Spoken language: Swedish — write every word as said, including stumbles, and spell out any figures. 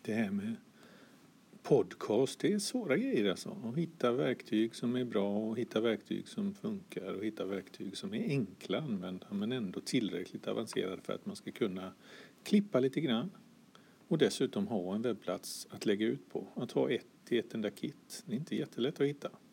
det här med podcast, det är svåra grejer alltså. Att hitta verktyg som är bra och hitta verktyg som funkar och hitta verktyg som är enkla att använda men ändå tillräckligt avancerade för att man ska kunna klippa lite grann och dessutom ha en webbplats att lägga ut på. Att ha ett i ett enda kit, det är inte jättelätt att hitta.